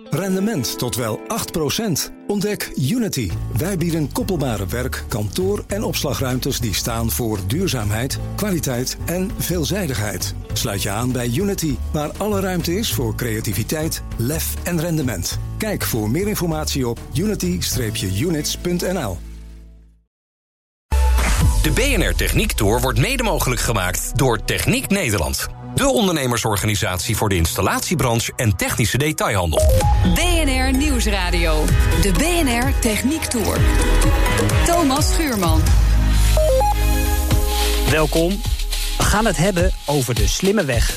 Rendement tot wel 8%. Ontdek Unity. Wij bieden koppelbare werk-, kantoor- en opslagruimtes die staan voor duurzaamheid, kwaliteit en veelzijdigheid. Sluit je aan bij Unity, waar alle ruimte is voor creativiteit, lef en rendement. Kijk voor meer informatie op unity-units.nl. De BNR Techniek Tour wordt mede mogelijk gemaakt door Techniek Nederland. De ondernemersorganisatie voor de installatiebranche en technische detailhandel. BNR Nieuwsradio. De BNR Techniek Tour. Thomas Schuurman. Welkom. We gaan het hebben over de slimme weg.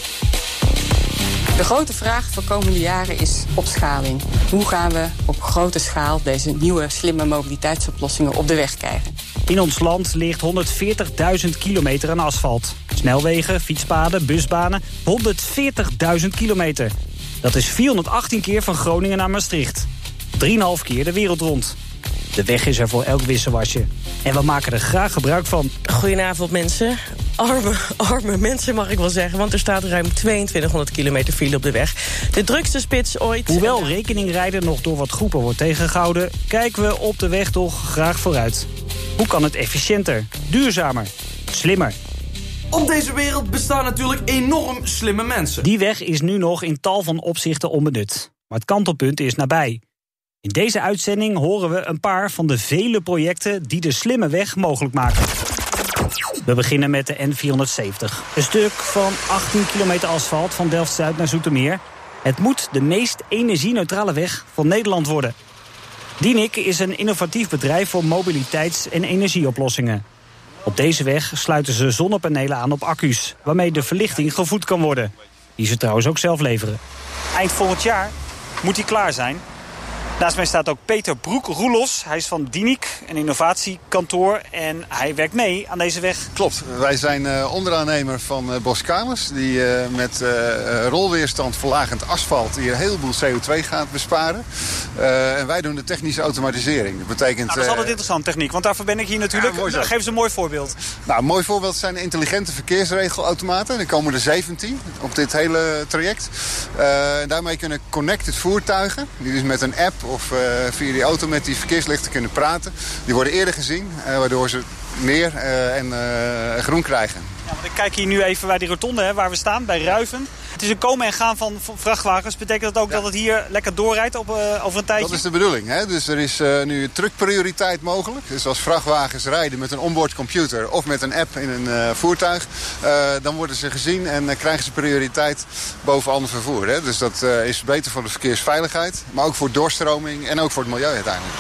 De grote vraag voor komende jaren is opschaling. Hoe gaan we op grote schaal deze nieuwe slimme mobiliteitsoplossingen op de weg krijgen? In ons land ligt 140.000 kilometer aan asfalt. Snelwegen, fietspaden, busbanen, 140.000 kilometer. Dat is 418 keer van Groningen naar Maastricht. 3,5 keer de wereld rond. De weg is er voor elk wissewasje. En we maken er graag gebruik van. Goedenavond mensen. Arme mensen mag ik wel zeggen, want er staat ruim 2200 kilometer file op de weg. De drukste spits ooit. Hoewel rekeningrijden nog door wat groepen wordt tegengehouden, kijken we op de weg toch graag vooruit. Hoe kan het efficiënter, duurzamer, slimmer? Op deze wereld bestaan natuurlijk enorm slimme mensen. Die weg is nu nog in tal van opzichten onbenut. Maar het kantelpunt is nabij. In deze uitzending horen we een paar van de vele projecten die de slimme weg mogelijk maken. We beginnen met de N470. Een stuk van 18 kilometer asfalt van Delft-Zuid naar Zoetermeer. Het moet de meest energie-neutrale weg van Nederland worden. Dienik is een innovatief bedrijf voor mobiliteits- en energieoplossingen. Op deze weg sluiten ze zonnepanelen aan op accu's, waarmee de verlichting gevoed kan worden. Die ze trouwens ook zelf leveren. Eind volgend jaar moet die klaar zijn. Naast mij staat ook Peter Broek-Roelofs. Hij is van Dienik, een innovatiekantoor. En hij werkt mee aan deze weg. Klopt. Wij zijn onderaannemer van Boskamers. Die met rolweerstand verlagend asfalt hier een heleboel CO2 gaat besparen. En wij doen de technische automatisering. Dat betekent... dat is altijd interessant, techniek. Want daarvoor ben ik hier natuurlijk. Ja, geef eens een mooi voorbeeld. Nou, een mooi voorbeeld zijn intelligente verkeersregelautomaten. Er komen er 17 op dit hele traject. En daarmee kunnen connected voertuigen, die dus met een app of via die auto met die verkeerslichten kunnen praten. Die worden eerder gezien, waardoor ze meer en groen krijgen. Ja, want ik kijk hier nu even bij die rotonde waar we staan, bij Ruiven. Het is een komen en gaan van vrachtwagens. Betekent dat ook dat het hier lekker doorrijdt over een tijdje? Dat is de bedoeling. Hè? Dus er is nu truckprioriteit mogelijk. Dus als vrachtwagens rijden met een onboardcomputer of met een app in een voertuig, dan worden ze gezien en krijgen ze prioriteit boven ander vervoer. Hè? Dus dat is beter voor de verkeersveiligheid, maar ook voor doorstroming en ook voor het milieu uiteindelijk.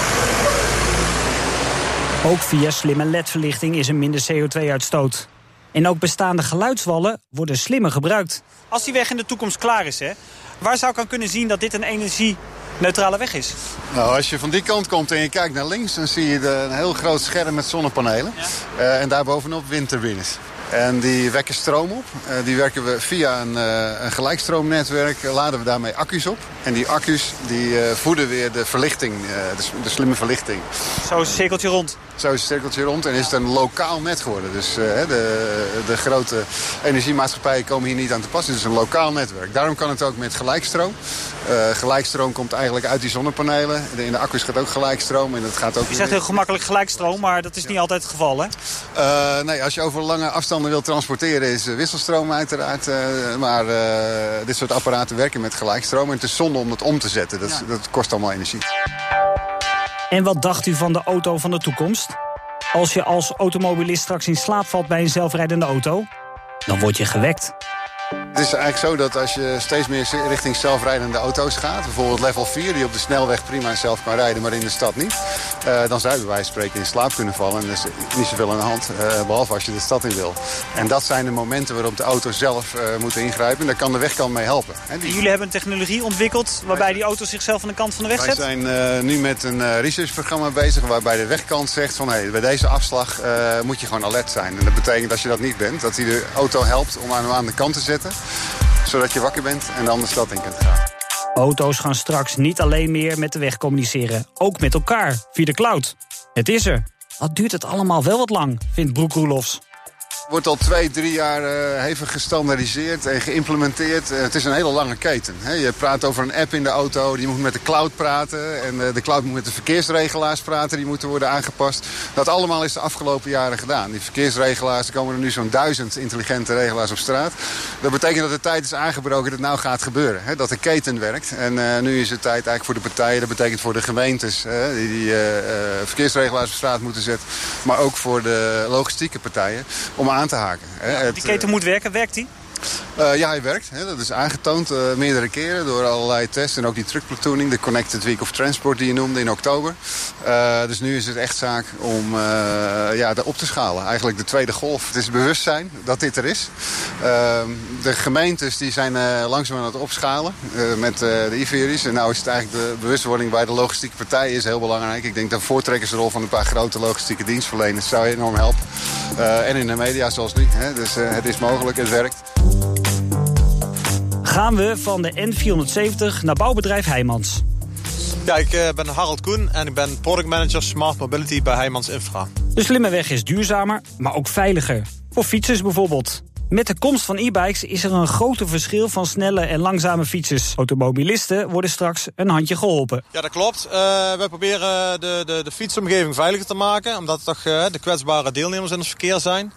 Ook via slimme LED-verlichting is er minder CO2-uitstoot. En ook bestaande geluidswallen worden slimmer gebruikt. Als die weg in de toekomst klaar is, waar zou ik aan kunnen zien dat dit een energie-neutrale weg is? Nou, als je van die kant komt en je kijkt naar links, dan zie je een heel groot scherm met zonnepanelen. Ja. En daarbovenop windturbines. En die wekken stroom op. Die werken we via een gelijkstroomnetwerk, laden we daarmee accu's op. En die accu's die voeden weer de verlichting, de slimme verlichting. Zo is een cirkeltje rond. Zo is het cirkeltje rond en is het een lokaal net geworden. Dus de grote energiemaatschappijen komen hier niet aan te passen. Het is een lokaal netwerk. Daarom kan het ook met gelijkstroom. Gelijkstroom komt eigenlijk uit die zonnepanelen. In de accu's gaat ook gelijkstroom. En dat gaat ook. Je zegt heel gemakkelijk gelijkstroom, maar dat is niet altijd het geval, hè? Nee, als je over lange afstanden wilt transporteren is wisselstroom uiteraard. Maar dit soort apparaten werken met gelijkstroom. En het is zonde om dat om te zetten. Dat kost allemaal energie. En wat dacht u van de auto van de toekomst? Als je als automobilist straks in slaap valt bij een zelfrijdende auto, dan word je gewekt. Het is eigenlijk zo dat als je steeds meer richting zelfrijdende auto's gaat, bijvoorbeeld level 4, die op de snelweg prima zelf kan rijden, maar in de stad niet, dan zou je bij wijze van spreken in slaap kunnen vallen. En er is niet zoveel aan de hand, behalve als je de stad in wil. En dat zijn de momenten waarop de auto zelf moet ingrijpen. En daar kan de wegkant mee helpen. Jullie hebben een technologie ontwikkeld waarbij die auto zichzelf aan de kant van de weg zet? Wij zijn nu met een researchprogramma bezig waarbij de wegkant zegt van bij deze afslag moet je gewoon alert zijn. En dat betekent als je dat niet bent, dat hij de auto helpt om hem aan de kant te zetten, zodat je wakker bent en dan de stad in kunt gaan. Auto's gaan straks niet alleen meer met de weg communiceren. Ook met elkaar, via de cloud. Het is er. Wat duurt het allemaal wel wat lang, vindt Broek-Roelofs. Wordt al 2-3 jaar hevig gestandaardiseerd en geïmplementeerd. Het is een hele lange keten. Je praat over een app in de auto, die moet met de cloud praten. En de cloud moet met de verkeersregelaars praten, die moeten worden aangepast. Dat allemaal is de afgelopen jaren gedaan. Die verkeersregelaars, er komen er nu zo'n 1000 intelligente regelaars op straat. Dat betekent dat de tijd is aangebroken dat het nou gaat gebeuren. Dat de keten werkt. En nu is het tijd eigenlijk voor de partijen, dat betekent voor de gemeentes die verkeersregelaars op straat moeten zetten. Maar ook voor de logistieke partijen om aan te haken. Die keten moet werken, werkt die? Ja, hij werkt. Dat is aangetoond meerdere keren door allerlei tests. En ook die truckplatooning, de Connected Week of Transport die je noemde in oktober. Dus nu is het echt zaak om dat op te schalen. Eigenlijk de tweede golf. Het is bewustzijn dat dit er is. De gemeentes die zijn langzaam aan het opschalen met de e-ferries. En nou is het eigenlijk de bewustwording bij de logistieke partijen is heel belangrijk. Ik denk dat de voortrekkersrol van een paar grote logistieke dienstverleners zou enorm helpen. En in de media zoals nu. Dus het is mogelijk, het werkt. Gaan we van de N470 naar bouwbedrijf Heijmans. Ja, ik ben Harold Koen en ik ben Product Manager Smart Mobility bij Heijmans Infra. De slimme weg is duurzamer, maar ook veiliger. Voor fietsers bijvoorbeeld. Met de komst van e-bikes is er een groter verschil van snelle en langzame fietsers. Automobilisten worden straks een handje geholpen. Ja, dat klopt. Wij proberen de fietsomgeving veiliger te maken, omdat het toch de kwetsbare deelnemers in het verkeer zijn.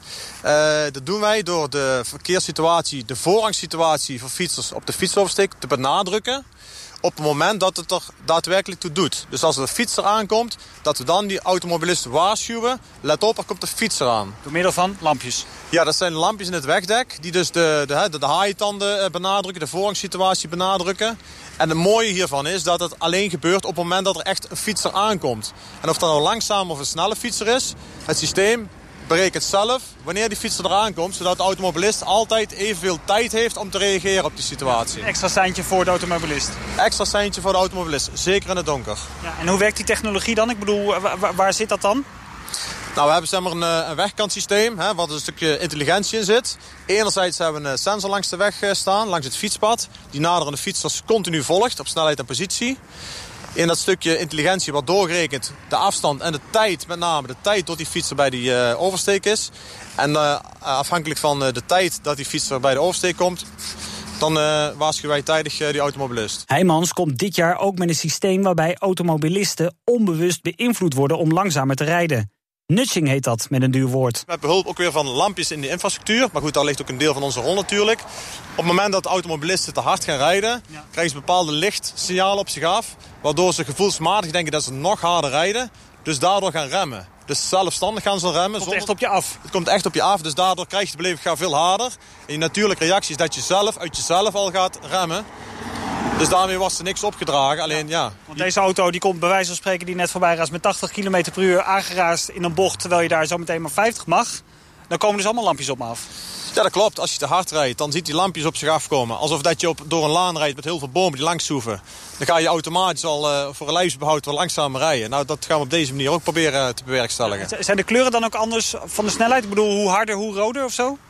Dat doen wij door de verkeerssituatie, de voorrangssituatie voor fietsers op de fietsoversteek te benadrukken. Op het moment dat het er daadwerkelijk toe doet. Dus als er een fietser aankomt, dat we dan die automobilist waarschuwen. Let op, er komt een fietser aan. Door middel van lampjes? Ja, dat zijn lampjes in het wegdek. Die dus de haaientanden benadrukken, de voorrangssituatie benadrukken. En het mooie hiervan is dat het alleen gebeurt op het moment dat er echt een fietser aankomt. En of dat nou een langzame of een snelle fietser is, het systeem berekent zelf wanneer die fietser eraan komt, zodat de automobilist altijd evenveel tijd heeft om te reageren op die situatie. Een extra seintje voor de automobilist? Extra seintje voor de automobilist, zeker in het donker. Ja, en hoe werkt die technologie dan? Ik bedoel, waar zit dat dan? Nou, we hebben zeg maar een wegkantsysteem, waar een stukje intelligentie in zit. Enerzijds hebben we een sensor langs de weg staan, langs het fietspad, die naderende fietsers continu volgt op snelheid en positie. In dat stukje intelligentie wordt doorgerekend de afstand en de tijd, met name de tijd tot die fietser bij die oversteek is. En afhankelijk van de tijd dat die fietser bij de oversteek komt, dan waarschuwen wij tijdig die automobilist. Heijmans komt dit jaar ook met een systeem waarbij automobilisten onbewust beïnvloed worden om langzamer te rijden. Nudging heet dat, met een duur woord. Met behulp ook weer van lampjes in de infrastructuur. Maar goed, daar ligt ook een deel van onze rol natuurlijk. Op het moment dat automobilisten te hard gaan rijden, krijgen ze bepaalde lichtsignalen op zich af. Waardoor ze gevoelsmatig denken dat ze nog harder rijden. Dus daardoor gaan remmen. Dus zelfstandig gaan ze remmen. Het komt echt op je af. Het komt echt op je af, dus daardoor krijg je de beleving veel harder. En je natuurlijke reactie is dat je zelf uit jezelf al gaat remmen. Dus daarmee was er niks opgedragen, alleen ja. Want deze auto die komt bij wijze van spreken die net voorbij raast met 80 km per uur aangeraast in een bocht, terwijl je daar zo meteen maar 50 mag. Dan komen dus allemaal lampjes op me af. Ja, dat klopt. Als je te hard rijdt, dan ziet die lampjes op zich afkomen. Alsof dat je door een laan rijdt met heel veel bomen die langs zoeven. Dan ga je automatisch al voor een lijfsbehoud wat langzamer rijden. Nou, dat gaan we op deze manier ook proberen te bewerkstelligen. Ja, zijn de kleuren dan ook anders van de snelheid? Ik bedoel, hoe harder, hoe roder of zo?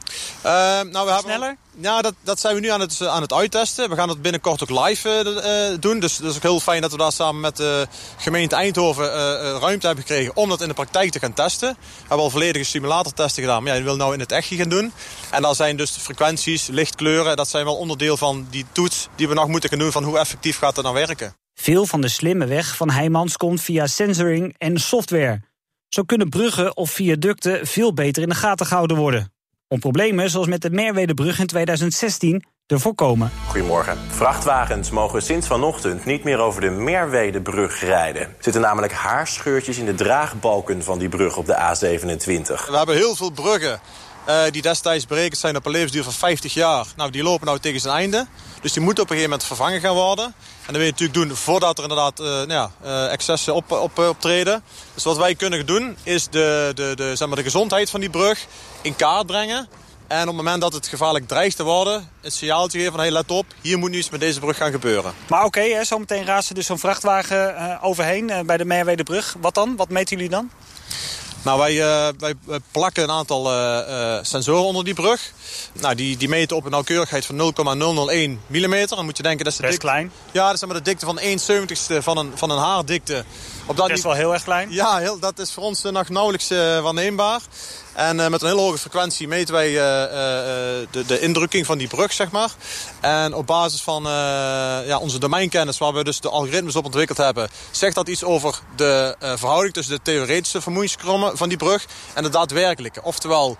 Sneller? Ja, dat zijn we nu aan het uittesten. We gaan dat binnenkort ook live doen. Dus het is ook heel fijn dat we daar samen met de gemeente Eindhoven ruimte hebben gekregen om dat in de praktijk te gaan testen. We hebben al volledige simulatortesten gedaan, maar ja, die wil nou in het echt gaan doen. En daar zijn dus de frequenties, lichtkleuren, dat zijn wel onderdeel van die toets die we nog moeten gaan doen van hoe effectief gaat het nou werken. Veel van de slimme weg van Heijmans komt via sensoring en software. Zo kunnen bruggen of viaducten veel beter in de gaten gehouden worden. Om problemen zoals met de Merwedebrug in 2016 te voorkomen. Goedemorgen. Vrachtwagens mogen sinds vanochtend niet meer over de Merwedebrug rijden. Er zitten namelijk haarscheurtjes in de draagbalken van die brug op de A27. We hebben heel veel bruggen die destijds berekend zijn op een levensduur van 50 jaar. Nou, die lopen nou tegen zijn einde. Dus die moeten op een gegeven moment vervangen gaan worden. En dat wil je natuurlijk doen voordat er inderdaad excessen optreden. Dus wat wij kunnen doen is de gezondheid van die brug in kaart brengen. En op het moment dat het gevaarlijk dreigt te worden, het signaal te geven van hey, let op, hier moet nu iets met deze brug gaan gebeuren. Maar oké, zometeen raast er dus zo'n vrachtwagen overheen bij de Merwedebrug. Wat dan? Wat meten jullie dan? Nou, wij plakken een aantal sensoren onder die brug. Nou, die meten op een nauwkeurigheid van 0,001 mm. Dan moet je denken dat is best klein. Ja, dat is maar de dikte van 1/70ste van een haardikte. Dat is wel heel erg klein. Ja, dat is voor ons nog nauwelijks waarneembaar. En met een hele hoge frequentie meten wij de indrukking van die brug, zeg maar. En op basis van onze domeinkennis, waar we dus de algoritmes op ontwikkeld hebben, zegt dat iets over de verhouding tussen de theoretische vermoeienskrommen van die brug en de daadwerkelijke. Oftewel,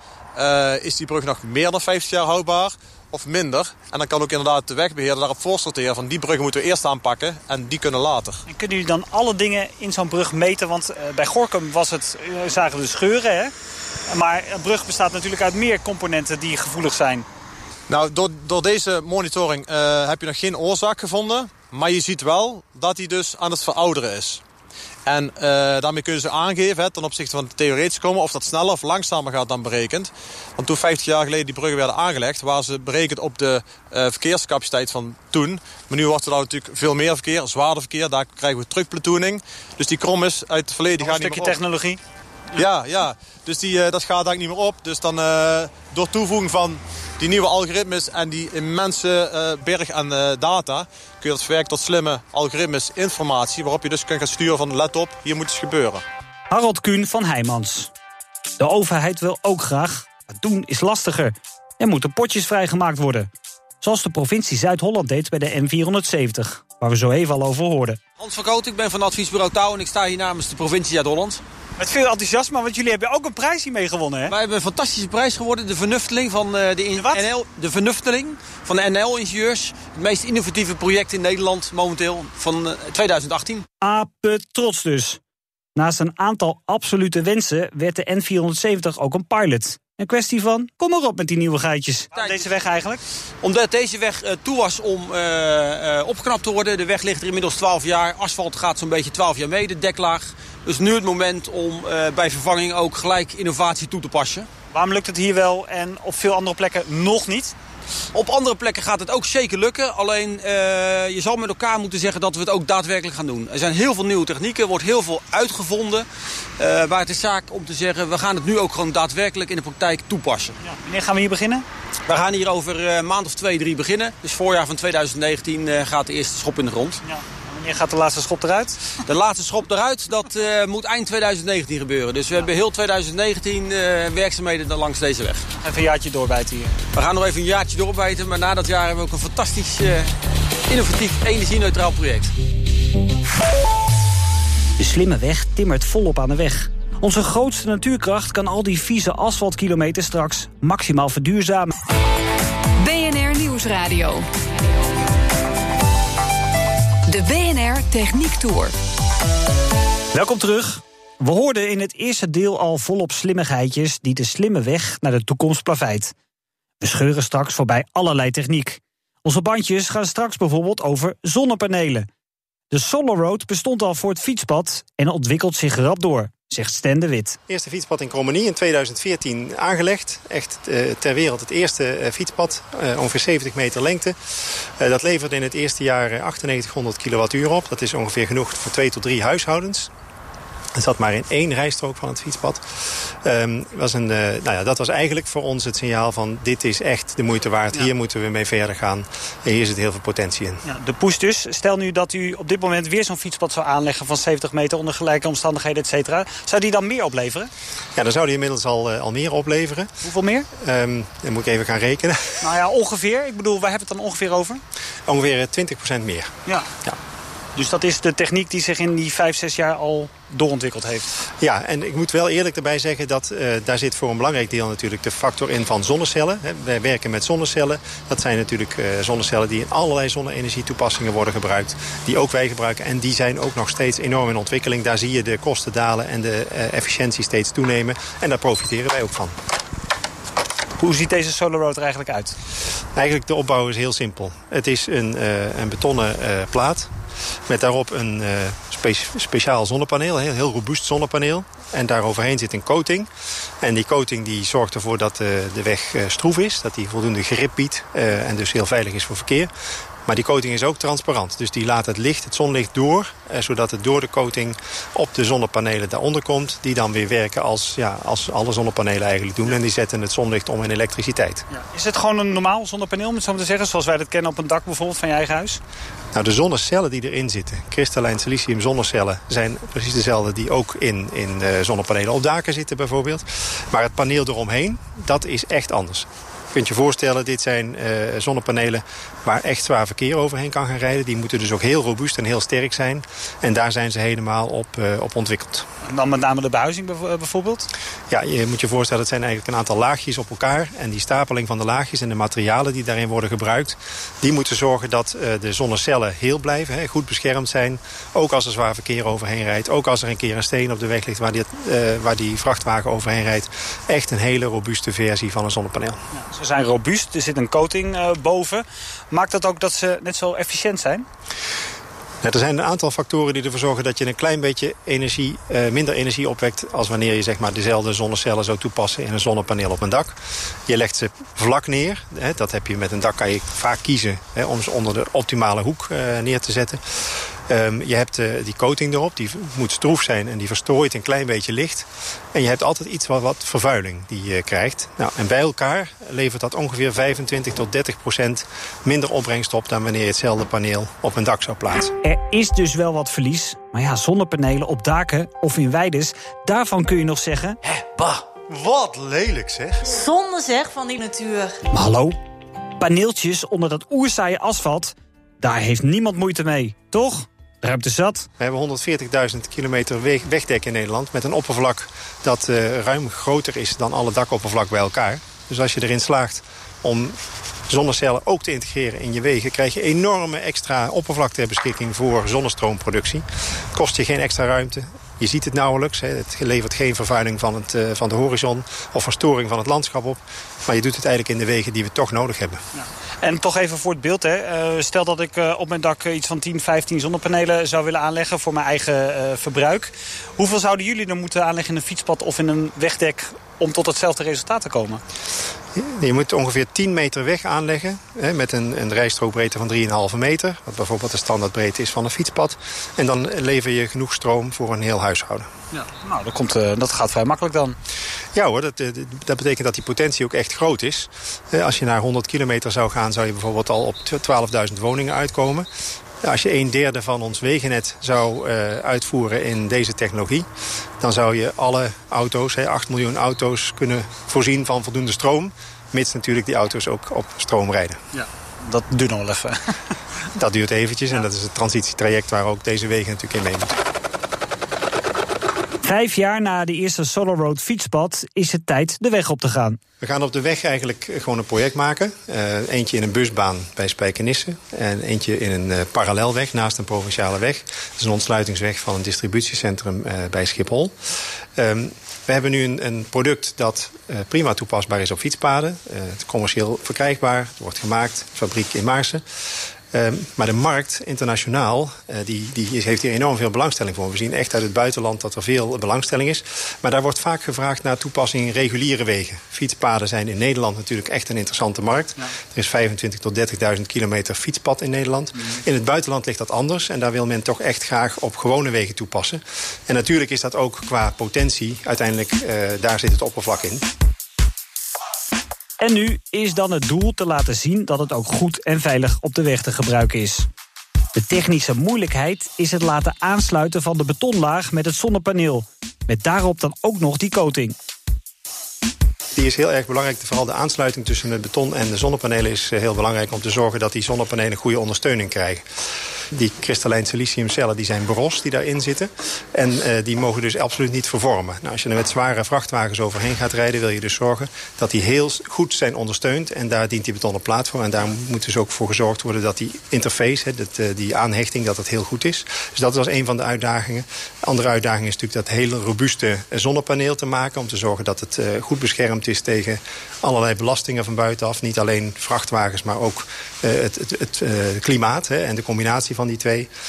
is die brug nog meer dan 50 jaar houdbaar of minder? En dan kan ook inderdaad de wegbeheerder daarop voorsorteren van die bruggen moeten we eerst aanpakken en die kunnen later. En kunnen jullie dan alle dingen in zo'n brug meten? Want bij Gorinchem zagen we de scheuren, hè? Maar een brug bestaat natuurlijk uit meer componenten die gevoelig zijn. Nou, door deze monitoring heb je nog geen oorzaak gevonden. Maar je ziet wel dat hij dus aan het verouderen is. En daarmee kunnen ze aangeven ten opzichte van de theoretische komen of dat sneller of langzamer gaat dan berekend. Want toen 50 jaar geleden die bruggen werden aangelegd, waren ze berekend op de verkeerscapaciteit van toen. Maar nu wordt er dan natuurlijk veel meer verkeer, zwaarder verkeer. Daar krijgen we terugplatooning. Dus die krom is uit het verleden gaat niet meer op. Een stukje technologie. Ja. Dus dat gaat eigenlijk niet meer op. Dus dan door toevoeging van die nieuwe algoritmes en die immense berg aan data kun je dat verwerken tot slimme algoritmes, informatie, waarop je dus kan gaan sturen van let op, hier moet iets gebeuren. Harold Kuhn van Heijmans. De overheid wil ook graag, maar doen is lastiger. Er moeten potjes vrijgemaakt worden. Zoals de provincie Zuid-Holland deed bij de N470, waar we zo even al over hoorden. Hans van Koot, ik ben van adviesbureau Touw en ik sta hier namens de provincie Zuid-Holland. Met veel enthousiasme, want jullie hebben ook een prijs hiermee gewonnen, hè? Wij hebben een fantastische prijs geworden. De vernufteling van de vernufteling van de NL-ingenieurs. Het meest innovatieve project in Nederland momenteel van 2018. Trots dus. Naast een aantal absolute wensen werd de N470 ook een pilot. Een kwestie van, kom maar op met die nieuwe geitjes. Deze weg eigenlijk? Omdat deze weg toe was om opgeknapt te worden. De weg ligt er inmiddels 12 jaar. Asfalt gaat zo'n beetje 12 jaar mee, de deklaag. Dus nu het moment om bij vervanging ook gelijk innovatie toe te passen. Waarom lukt het hier wel en op veel andere plekken nog niet? Op andere plekken gaat het ook zeker lukken. Alleen je zal met elkaar moeten zeggen dat we het ook daadwerkelijk gaan doen. Er zijn heel veel nieuwe technieken, er wordt heel veel uitgevonden. Maar het is zaak om te zeggen, we gaan het nu ook gewoon daadwerkelijk in de praktijk toepassen. Ja. Wanneer gaan we hier beginnen? We gaan hier over een maand of 2, 3 beginnen. Dus voorjaar van 2019 gaat de eerste schop in de grond. Ja. Wanneer gaat de laatste schop eruit? De laatste schop eruit, dat moet eind 2019 gebeuren. Dus we hebben heel 2019 werkzaamheden langs deze weg. Even een jaartje doorbijten hier. We gaan nog even een jaartje doorbijten, maar na dat jaar hebben we ook een fantastisch innovatief energie-neutraal project. De slimme weg timmert volop aan de weg. Onze grootste natuurkracht kan al die vieze asfaltkilometers straks maximaal verduurzamen. BNR Nieuwsradio. De BNR Techniek Tour. Welkom terug. We hoorden in het eerste deel al volop slimmigheidjes die de slimme weg naar de toekomst plaveit. We scheuren straks voorbij allerlei techniek. Onze bandjes gaan straks bijvoorbeeld over zonnepanelen. De Solar Road bestond al voor het fietspad en ontwikkelt zich rap door, zegt Stan de Wit. Eerste fietspad in Krommenie in 2014 aangelegd. Echt ter wereld het eerste fietspad, ongeveer 70 meter lengte. Dat leverde in het eerste jaar 9800 kilowattuur op. Dat is ongeveer genoeg voor 2 tot 3 huishoudens. Er zat maar in 1 rijstrook van het fietspad. Dat was eigenlijk voor ons het signaal van dit is echt de moeite waard. Ja. Hier moeten we mee verder gaan. En hier zit heel veel potentie in. Ja, de push dus. Stel nu dat u op dit moment weer zo'n fietspad zou aanleggen van 70 meter onder gelijke omstandigheden, et cetera. Zou die dan meer opleveren? Ja, dan zou die inmiddels al meer opleveren. Hoeveel meer? Dan moet ik even gaan rekenen. Nou ja, ongeveer. Ik bedoel, waar hebben we het dan ongeveer over? Ongeveer 20% meer. Ja. Dus dat is de techniek die zich in die 5-6 jaar al doorontwikkeld heeft. Ja, en ik moet wel eerlijk erbij zeggen dat daar zit voor een belangrijk deel natuurlijk de factor in van zonnecellen. Wij werken met zonnecellen. Dat zijn natuurlijk zonnecellen die in allerlei zonne-energietoepassingen worden gebruikt. Die ook wij gebruiken en die zijn ook nog steeds enorm in ontwikkeling. Daar zie je de kosten dalen en de efficiëntie steeds toenemen. En daar profiteren wij ook van. Hoe ziet deze Solar Road er eigenlijk uit? Eigenlijk de opbouw is heel simpel. Het is een betonnen plaat met daarop een speciaal zonnepaneel, een heel robuust zonnepaneel. En daaroverheen zit een coating. En die coating die zorgt ervoor dat de weg stroef is, dat die voldoende grip biedt en dus heel veilig is voor verkeer. Maar die coating is ook transparant. Dus die laat het zonlicht door, zodat het door de coating op de zonnepanelen daaronder komt. Die dan weer werken als alle zonnepanelen eigenlijk doen. En die zetten het zonlicht om in elektriciteit. Ja. Is het gewoon een normaal zonnepaneel, om het zo te zeggen? Zoals wij dat kennen op een dak bijvoorbeeld van je eigen huis? Nou, de zonnecellen die erin zitten, kristallijn silicium zonnecellen, zijn precies dezelfde die ook in zonnepanelen op daken zitten bijvoorbeeld. Maar het paneel eromheen, dat is echt anders. Je kunt je voorstellen, dit zijn zonnepanelen waar echt zwaar verkeer overheen kan gaan rijden. Die moeten dus ook heel robuust en heel sterk zijn. En daar zijn ze helemaal op ontwikkeld. En dan met name de behuizing bijvoorbeeld? Ja, je moet je voorstellen, het zijn eigenlijk een aantal laagjes op elkaar. En die stapeling van de laagjes en de materialen die daarin worden gebruikt, die moeten zorgen dat de zonnecellen heel blijven, goed beschermd zijn. Ook als er zwaar verkeer overheen rijdt. Ook als er een keer een steen op de weg ligt waar die vrachtwagen overheen rijdt. Echt een hele robuuste versie van een zonnepaneel. Ja, ze zijn robuust, er zit een coating boven. Maakt dat ook dat ze net zo efficiënt zijn? Ja, er zijn een aantal factoren die ervoor zorgen dat je een klein beetje minder energie opwekt als wanneer je zeg maar dezelfde zonnecellen zou toepassen in een zonnepaneel op een dak. Je legt ze vlak neer. Dat heb je met een dak, kan je vaak kiezen om ze onder de optimale hoek neer te zetten. Je hebt die coating erop, die moet stroef zijn en die verstrooit een klein beetje licht. En je hebt altijd iets wat vervuiling die je krijgt. Nou, en bij elkaar levert dat ongeveer 25 tot 30% minder opbrengst op dan wanneer je hetzelfde paneel op een dak zou plaatsen. Er is dus wel wat verlies, maar ja, zonnepanelen op daken of in weides, daarvan kun je nog zeggen, wat lelijk zeg. Zonde zeg van die natuur. Maar hallo, paneeltjes onder dat oerzaaie asfalt, daar heeft niemand moeite mee, toch? Ruimte zat. We hebben 140.000 kilometer wegdek in Nederland met een oppervlak dat ruim groter is dan alle dakoppervlak bij elkaar. Dus als je erin slaagt om zonnecellen ook te integreren in je wegen, krijg je enorme extra oppervlakte ter beschikking voor zonnestroompproductie. Kost je geen extra ruimte. Je ziet het nauwelijks. Het levert geen vervuiling van de horizon of verstoring van het landschap op. Maar je doet het eigenlijk in de wegen die we toch nodig hebben. Ja. En toch even voor het beeld. Stel dat ik op mijn dak iets van 10, 15 zonnepanelen zou willen aanleggen voor mijn eigen verbruik. Hoeveel zouden jullie dan moeten aanleggen in een fietspad of in een wegdek om tot hetzelfde resultaat te komen? Je moet ongeveer 10 meter weg aanleggen met een rijstroombreedte van 3,5 meter. Wat bijvoorbeeld de standaardbreedte is van een fietspad. En dan lever je genoeg stroom voor een heel huishouden. Ja, nou, dat gaat vrij makkelijk dan. Ja hoor, dat betekent dat die potentie ook echt groot is. Als je naar 100 kilometer zou gaan, zou je bijvoorbeeld al op 12.000 woningen uitkomen. Als je 1/3 van ons wegennet zou uitvoeren in deze technologie, dan zou je alle auto's, 8 miljoen auto's, kunnen voorzien van voldoende stroom. Mits natuurlijk die auto's ook op stroom rijden. Ja, dat duurt nog wel even. Dat duurt eventjes en dat is het transitietraject waar ook deze wegen natuurlijk in mee moeten. 5 jaar na de eerste Solar Road fietspad is het tijd de weg op te gaan. We gaan op de weg eigenlijk gewoon een project maken. Eentje in een busbaan bij Spijkenisse. En eentje in een parallelweg naast een provinciale weg. Dat is een ontsluitingsweg van een distributiecentrum bij Schiphol. We hebben nu een product dat prima toepasbaar is op fietspaden. Het is commercieel verkrijgbaar. Het wordt gemaakt, fabriek in Maarsen. Maar de markt internationaal die heeft hier enorm veel belangstelling voor. We zien echt uit het buitenland dat er veel belangstelling is. Maar daar wordt vaak gevraagd naar toepassing in reguliere wegen. Fietspaden zijn in Nederland natuurlijk echt een interessante markt. Ja. Er is 25.000 tot 30.000 kilometer fietspad in Nederland. In het buitenland ligt dat anders. En daar wil men toch echt graag op gewone wegen toepassen. En natuurlijk is dat ook qua potentie. Uiteindelijk, daar zit het oppervlak in. En nu is dan het doel te laten zien dat het ook goed en veilig op de weg te gebruiken is. De technische moeilijkheid is het laten aansluiten van de betonlaag met het zonnepaneel. Met daarop dan ook nog die coating. Die is heel erg belangrijk. Vooral de aansluiting tussen het beton en de zonnepanelen is heel belangrijk om te zorgen dat die zonnepanelen goede ondersteuning krijgen. Die kristallijn siliciumcellen die zijn bros die daarin zitten. En die mogen dus absoluut niet vervormen. Nou, als je er met zware vrachtwagens overheen gaat rijden, wil je dus zorgen dat die heel goed zijn ondersteund. En daar dient die betonnen plaat voor. En daar moet dus ook voor gezorgd worden dat die interface, die aanhechting, dat het heel goed is. Dus dat was een van de uitdagingen. De andere uitdaging is natuurlijk dat hele robuuste zonnepaneel te maken. Om te zorgen dat het goed beschermd is tegen allerlei belastingen van buitenaf. Niet alleen vrachtwagens, maar ook het klimaat en de combinatie van die twee.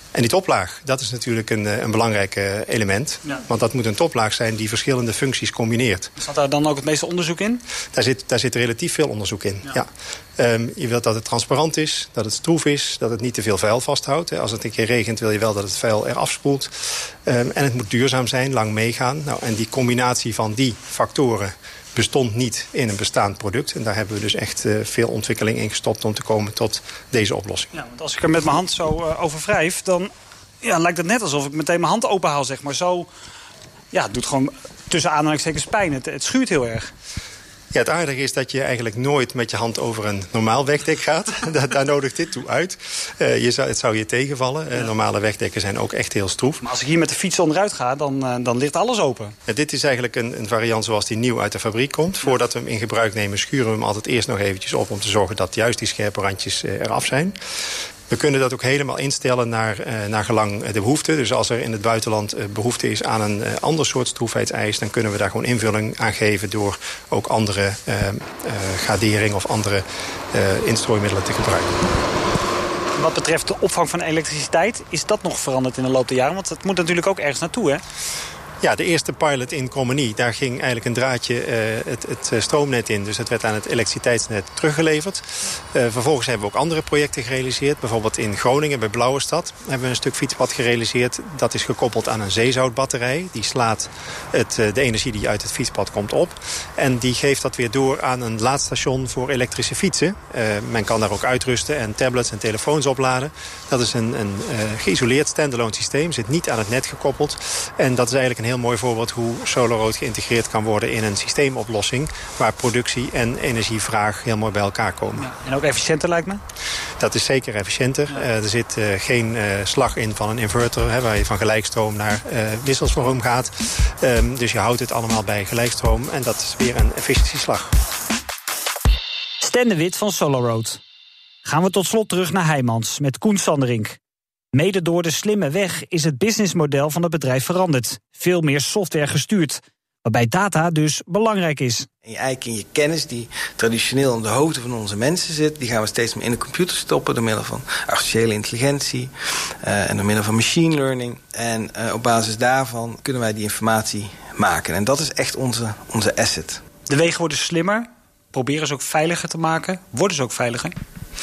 En die toplaag, dat is natuurlijk een belangrijk element. Ja. Want dat moet een toplaag zijn die verschillende functies combineert. Zat daar dan ook het meeste onderzoek in? Daar zit relatief veel onderzoek in, ja. Je wilt dat het transparant is, dat het stroef is, dat het niet te veel vuil vasthoudt. Als het een keer regent wil je wel dat het vuil eraf spoelt. En het moet duurzaam zijn, lang meegaan. Nou, en die combinatie van die factoren bestond niet in een bestaand product. En daar hebben we dus echt veel ontwikkeling in gestopt om te komen tot deze oplossing. Ja, want als ik er met mijn hand zo over wrijf, dan lijkt het net alsof ik meteen mijn hand openhaal, zeg maar. Zo, het doet gewoon tussen aanhalingstekens pijn. Het schuurt heel erg. Ja, het aardige is dat je eigenlijk nooit met je hand over een normaal wegdek gaat. Daar nodigt dit toe uit. Het zou je tegenvallen. Ja. Normale wegdekken zijn ook echt heel stroef. Maar als ik hier met de fiets onderuit ga, dan ligt alles open. Ja, dit is eigenlijk een variant zoals die nieuw uit de fabriek komt. Voordat we hem in gebruik nemen, schuren we hem altijd eerst nog eventjes op om te zorgen dat juist die scherpe randjes eraf zijn. We kunnen dat ook helemaal instellen naar gelang de behoefte. Dus als er in het buitenland behoefte is aan een ander soort stroefheidseis, dan kunnen we daar gewoon invulling aan geven door ook andere gradering of andere instrooimiddelen te gebruiken. Wat betreft de opvang van elektriciteit, is dat nog veranderd in de loop der jaren? Want het moet natuurlijk ook ergens naartoe, hè? Ja, de eerste pilot in Krommenie, daar ging eigenlijk een draadje het stroomnet in. Dus het werd aan het elektriciteitsnet teruggeleverd. Vervolgens hebben we ook andere projecten gerealiseerd. Bijvoorbeeld in Groningen, bij Blauwestad, hebben we een stuk fietspad gerealiseerd. Dat is gekoppeld aan een zeezoutbatterij. Die slaat de energie die uit het fietspad komt op. En die geeft dat weer door aan een laadstation voor elektrische fietsen. Men kan daar ook uitrusten en tablets en telefoons opladen. Dat is een geïsoleerd standalone systeem. Zit niet aan het net gekoppeld. En dat is eigenlijk een heel mooi voorbeeld hoe SolarRoad geïntegreerd kan worden in een systeemoplossing waar productie en energievraag heel mooi bij elkaar komen. Ja, en ook efficiënter lijkt me? Dat is zeker efficiënter. Ja. Er zit geen slag in van een inverter waar je van gelijkstroom naar wisselstroom gaat. Dus je houdt het allemaal bij gelijkstroom en dat is weer een efficiëntieslag. Stan de Wit van SolarRoad. Gaan we tot slot terug naar Heijmans met Koen Sanderink. Mede door de slimme weg is het businessmodel van het bedrijf veranderd. Veel meer software gestuurd, waarbij data dus belangrijk is. En eigenlijk in je kennis die traditioneel in de hoofden van onze mensen zit, die gaan we steeds meer in de computer stoppen door middel van artificiële intelligentie en door middel van machine learning. En op basis daarvan kunnen wij die informatie maken. En dat is echt onze asset. De wegen worden slimmer. Proberen ze ook veiliger te maken. Worden ze ook veiliger?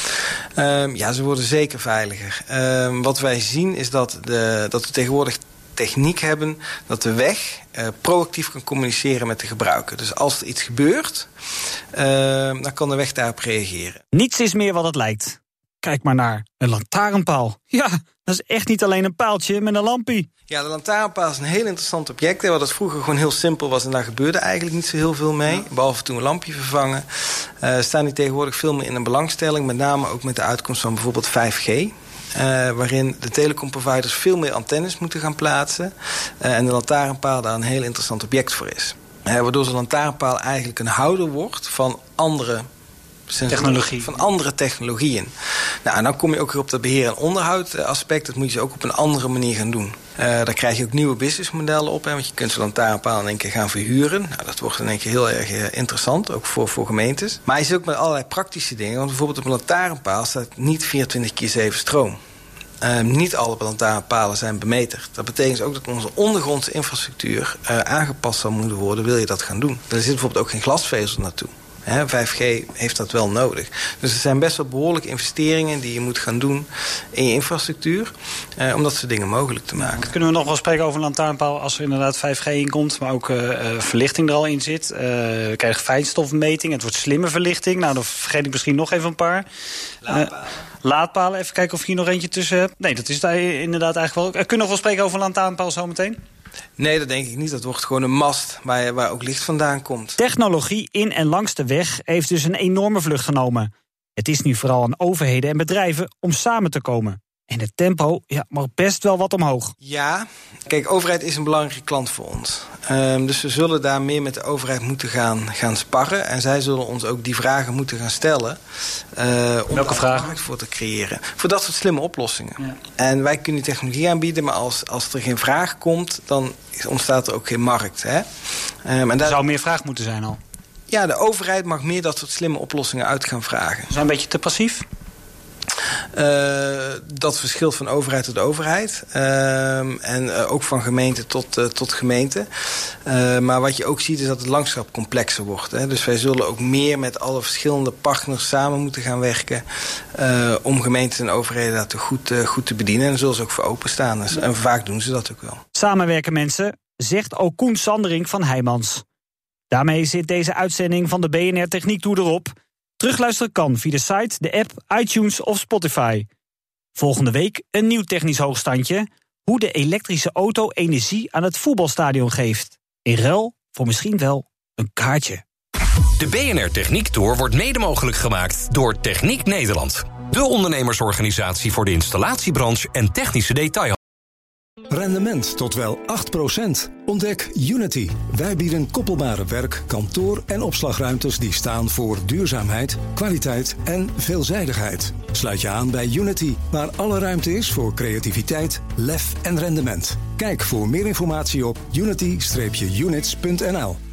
Ja, ze worden zeker veiliger. Wat wij zien is dat we tegenwoordig techniek hebben dat de weg proactief kan communiceren met de gebruiker. Dus als er iets gebeurt, dan kan de weg daarop reageren. Niets is meer wat het lijkt. Kijk maar naar een lantaarnpaal. Ja, dat is echt niet alleen een paaltje met een lampie. Ja, de lantaarnpaal is een heel interessant object. Wat het vroeger gewoon heel simpel was en daar gebeurde eigenlijk niet zo heel veel mee. Ja. Behalve toen een lampje vervangen. Staan die tegenwoordig veel meer in een belangstelling. Met name ook met de uitkomst van bijvoorbeeld 5G. Waarin de telecomproviders veel meer antennes moeten gaan plaatsen. En de lantaarnpaal daar een heel interessant object voor is. Waardoor de lantaarnpaal eigenlijk een houder wordt van andere technologieën. Nou, en dan kom je ook weer op dat beheer- en onderhoudaspect. Dat moet je dus ook op een andere manier gaan doen. Daar krijg je ook nieuwe businessmodellen op. Want je kunt zo'n lantaarnpaal in één keer gaan verhuren. Nou, dat wordt in één keer heel erg interessant, ook voor gemeentes. Maar je zit ook met allerlei praktische dingen. Want bijvoorbeeld op een lantaarnpaal staat niet 24/7 stroom. Niet alle lantaarnpalen zijn bemeterd. Dat betekent ook dat onze ondergrondse infrastructuur aangepast zal moeten worden. Wil je dat gaan doen? Er zit bijvoorbeeld ook geen glasvezel naartoe. 5G heeft dat wel nodig. Dus er zijn best wel behoorlijke investeringen die je moet gaan doen in je infrastructuur. Om dat soort dingen mogelijk te maken. Kunnen we nog wel spreken over een lantaarnpaal als er inderdaad 5G in komt, maar ook verlichting er al in zit. We krijgen fijnstofmeting, het wordt slimme verlichting. Nou, dan vergeet ik misschien nog even een paar. Laadpalen, even kijken of je hier nog eentje tussen hebt. Nee, dat is daar inderdaad eigenlijk wel. Kunnen we nog wel spreken over een lantaarnpaal zometeen? Nee, dat denk ik niet. Dat wordt gewoon een mast waar ook licht vandaan komt. Technologie in en langs de weg heeft dus een enorme vlucht genomen. Het is nu vooral aan overheden en bedrijven om samen te komen. En het tempo mag best wel wat omhoog. Ja, kijk, overheid is een belangrijke klant voor ons. Dus we zullen daar meer met de overheid moeten gaan sparren. En zij zullen ons ook die vragen moeten gaan stellen. Om welke vragen? Een markt voor te creëren. Voor dat soort slimme oplossingen. Ja. En wij kunnen die technologie aanbieden, maar als er geen vraag komt, dan ontstaat er ook geen markt. Hè? Er zou meer vraag moeten zijn al. Ja, de overheid mag meer dat soort slimme oplossingen uit gaan vragen. Zijn een beetje te passief? Dat verschilt van overheid tot overheid. En ook van gemeente tot gemeente. Maar wat je ook ziet is dat het landschap complexer wordt. Hè. Dus wij zullen ook meer met alle verschillende partners samen moeten gaan werken. Om gemeenten en overheden dat goed te bedienen. En daar zullen ze ook voor openstaan. En vaak doen ze dat ook wel. Samenwerken mensen, zegt ook Koen Sandering van Heijmans. Daarmee zit deze uitzending van de BNR Techniek Tour erop. Terugluisteren kan via de site, de app, iTunes of Spotify. Volgende week een nieuw technisch hoogstandje. Hoe de elektrische auto energie aan het voetbalstadion geeft. In ruil voor misschien wel een kaartje. De BNR Techniek Tour wordt mede mogelijk gemaakt door Techniek Nederland. De ondernemersorganisatie voor de installatiebranche en technische detail. Rendement tot wel 8%. Ontdek Unity. Wij bieden koppelbare werk-, kantoor- en opslagruimtes die staan voor duurzaamheid, kwaliteit en veelzijdigheid. Sluit je aan bij Unity, waar alle ruimte is voor creativiteit, lef en rendement. Kijk voor meer informatie op unity-units.nl.